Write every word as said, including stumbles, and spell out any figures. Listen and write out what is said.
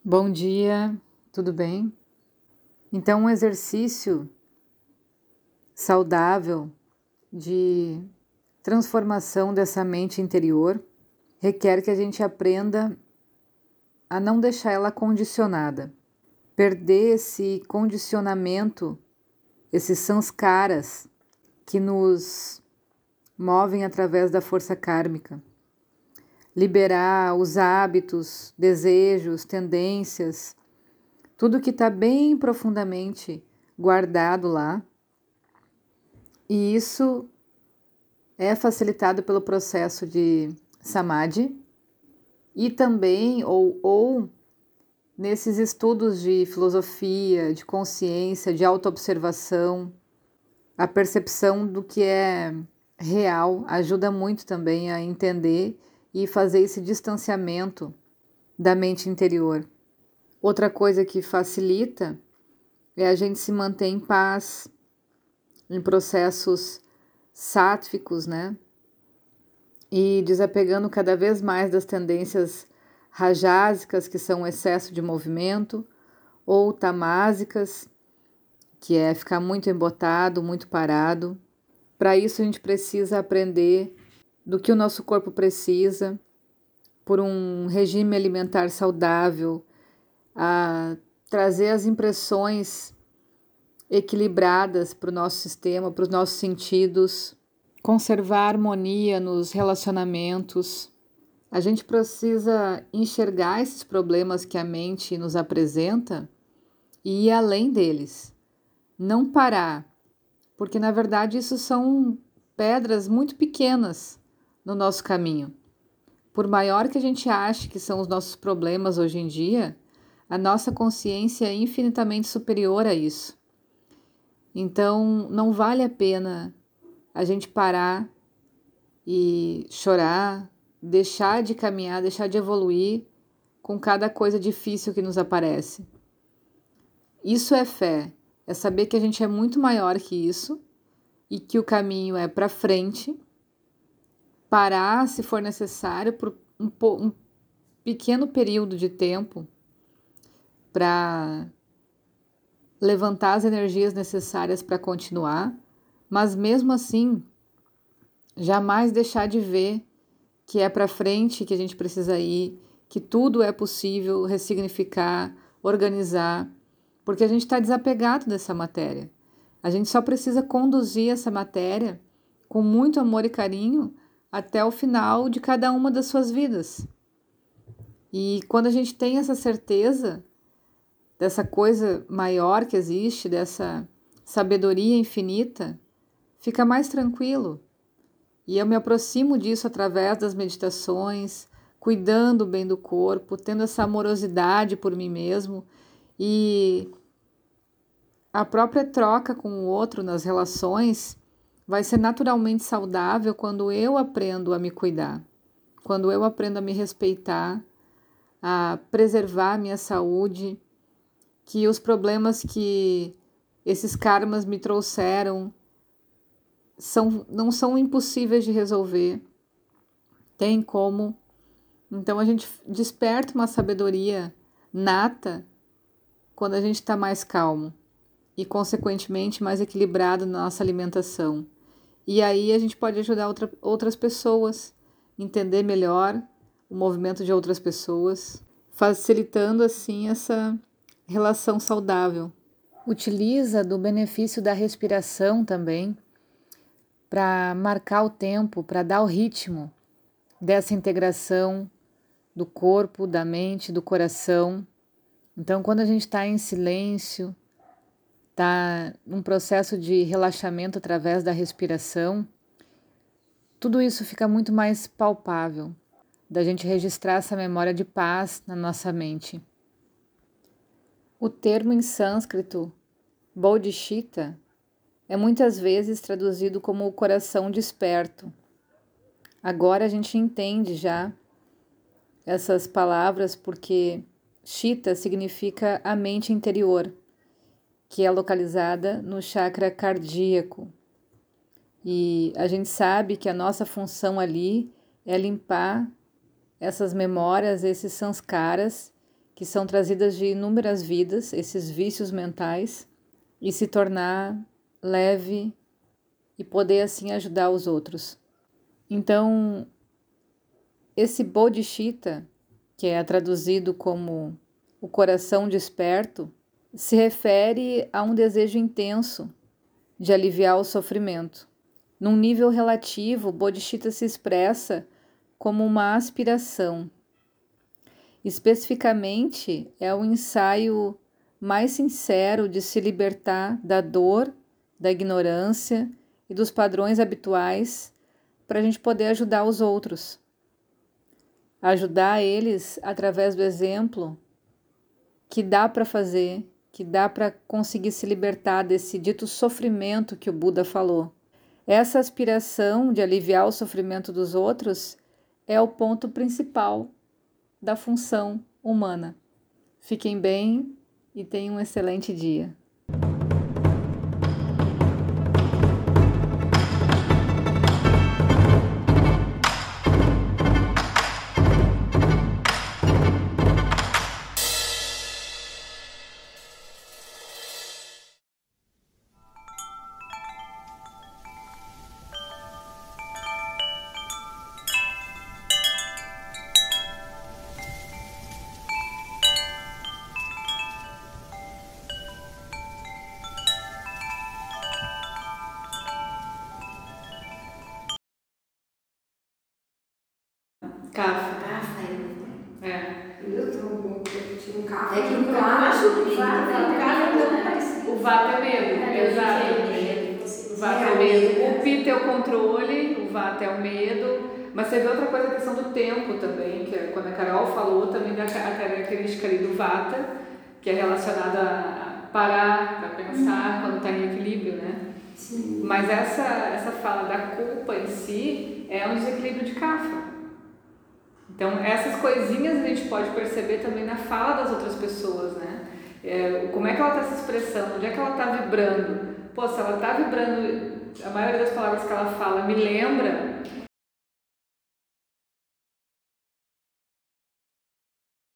Bom dia, tudo bem? Então, um exercício saudável de transformação dessa mente interior requer que a gente aprenda a não deixar ela condicionada, perder esse condicionamento, esses sanskaras que nos movem através da força kármica, liberar os hábitos, desejos, tendências, tudo que está bem profundamente guardado lá. E isso é facilitado pelo processo de samadhi e também, ou, ou nesses estudos de filosofia, de consciência, de autoobservação, a percepção do que é real ajuda muito também a entender e fazer esse distanciamento da mente interior. Outra coisa que facilita é a gente se manter em paz, em processos sáttvicos, né? E desapegando cada vez mais das tendências rajásicas, que são o excesso de movimento, ou tamásicas, que é ficar muito embotado, muito parado. Para isso a gente precisa aprender do que o nosso corpo precisa, por um regime alimentar saudável, a trazer as impressões equilibradas para o nosso sistema, para os nossos sentidos, conservar a harmonia nos relacionamentos. A gente precisa enxergar esses problemas que a mente nos apresenta e ir além deles. Não parar, porque na verdade isso são pedras muito pequenas no nosso caminho. Por maior que a gente ache que são os nossos problemas hoje em dia, a nossa consciência é infinitamente superior a isso. Então, não vale a pena a gente parar e chorar, deixar de caminhar, deixar de evoluir com cada coisa difícil que nos aparece. Isso é fé, é saber que a gente é muito maior que isso e que o caminho é para frente, parar se for necessário por um, um pequeno período de tempo para levantar as energias necessárias para continuar, mas mesmo assim, jamais deixar de ver que é para frente que a gente precisa ir, que tudo é possível ressignificar, organizar, porque a gente está desapegado dessa matéria. A gente só precisa conduzir essa matéria com muito amor e carinho até o final de cada uma das suas vidas. E quando a gente tem essa certeza dessa coisa maior que existe, dessa sabedoria infinita, fica mais tranquilo. E eu me aproximo disso através das meditações, cuidando bem do corpo, tendo essa amorosidade por mim mesmo e a própria troca com o outro nas relações vai ser naturalmente saudável quando eu aprendo a me cuidar, quando eu aprendo a me respeitar, a preservar a minha saúde, que os problemas que esses karmas me trouxeram são, não são impossíveis de resolver, tem como. Então a gente desperta uma sabedoria nata quando a gente está mais calmo e, consequentemente, mais equilibrado na nossa alimentação. E aí a gente pode ajudar outra, outras pessoas, entender melhor o movimento de outras pessoas, facilitando assim essa relação saudável. Utiliza do benefício da respiração também para marcar o tempo, para dar o ritmo dessa integração do corpo, da mente, do coração. Então, quando a gente está em silêncio, está num processo de relaxamento através da respiração, tudo isso fica muito mais palpável, da gente registrar essa memória de paz na nossa mente. O termo em sânscrito, bodhicitta, é muitas vezes traduzido como o coração desperto. Agora a gente entende já essas palavras porque Chitta significa a mente interior, que é localizada no chakra cardíaco. E a gente sabe que a nossa função ali é limpar essas memórias, esses sanskaras que são trazidas de inúmeras vidas, esses vícios mentais, e se tornar leve e poder assim ajudar os outros. Então, esse bodhicitta, que é traduzido como o coração desperto, se refere a um desejo intenso de aliviar o sofrimento. Num nível relativo, o bodhicitta se expressa como uma aspiração. Especificamente, é o ensaio mais sincero de se libertar da dor, da ignorância e dos padrões habituais para a gente poder ajudar os outros. Ajudar eles através do exemplo que dá para fazer, que dá para conseguir se libertar desse dito sofrimento que o Buda falou. Essa aspiração de aliviar o sofrimento dos outros é o ponto principal da função humana. Fiquem bem e tenham um excelente dia. Kapha. Kapha, É. eu tinha um Kapha. É que um eu Kapha, acho o que Vata o é Kapha medo, é né? parecido. O Vata é medo, É, exato. medo. O Vata é medo. O Pitta é o controle, o Vata é o medo. Mas você vê outra coisa, a questão do tempo também, que é quando a Carol falou também da característica ali do Vata, que é relacionada a parar para pensar quando está em equilíbrio, né? Sim. Mas essa, essa fala da culpa em si é um desequilíbrio de Kapha. Então, essas coisinhas a gente pode perceber também na fala das outras pessoas, né? É, como é que ela está se expressando, onde é que ela está vibrando. Pô, se ela está vibrando, a maioria das palavras que ela fala me lembra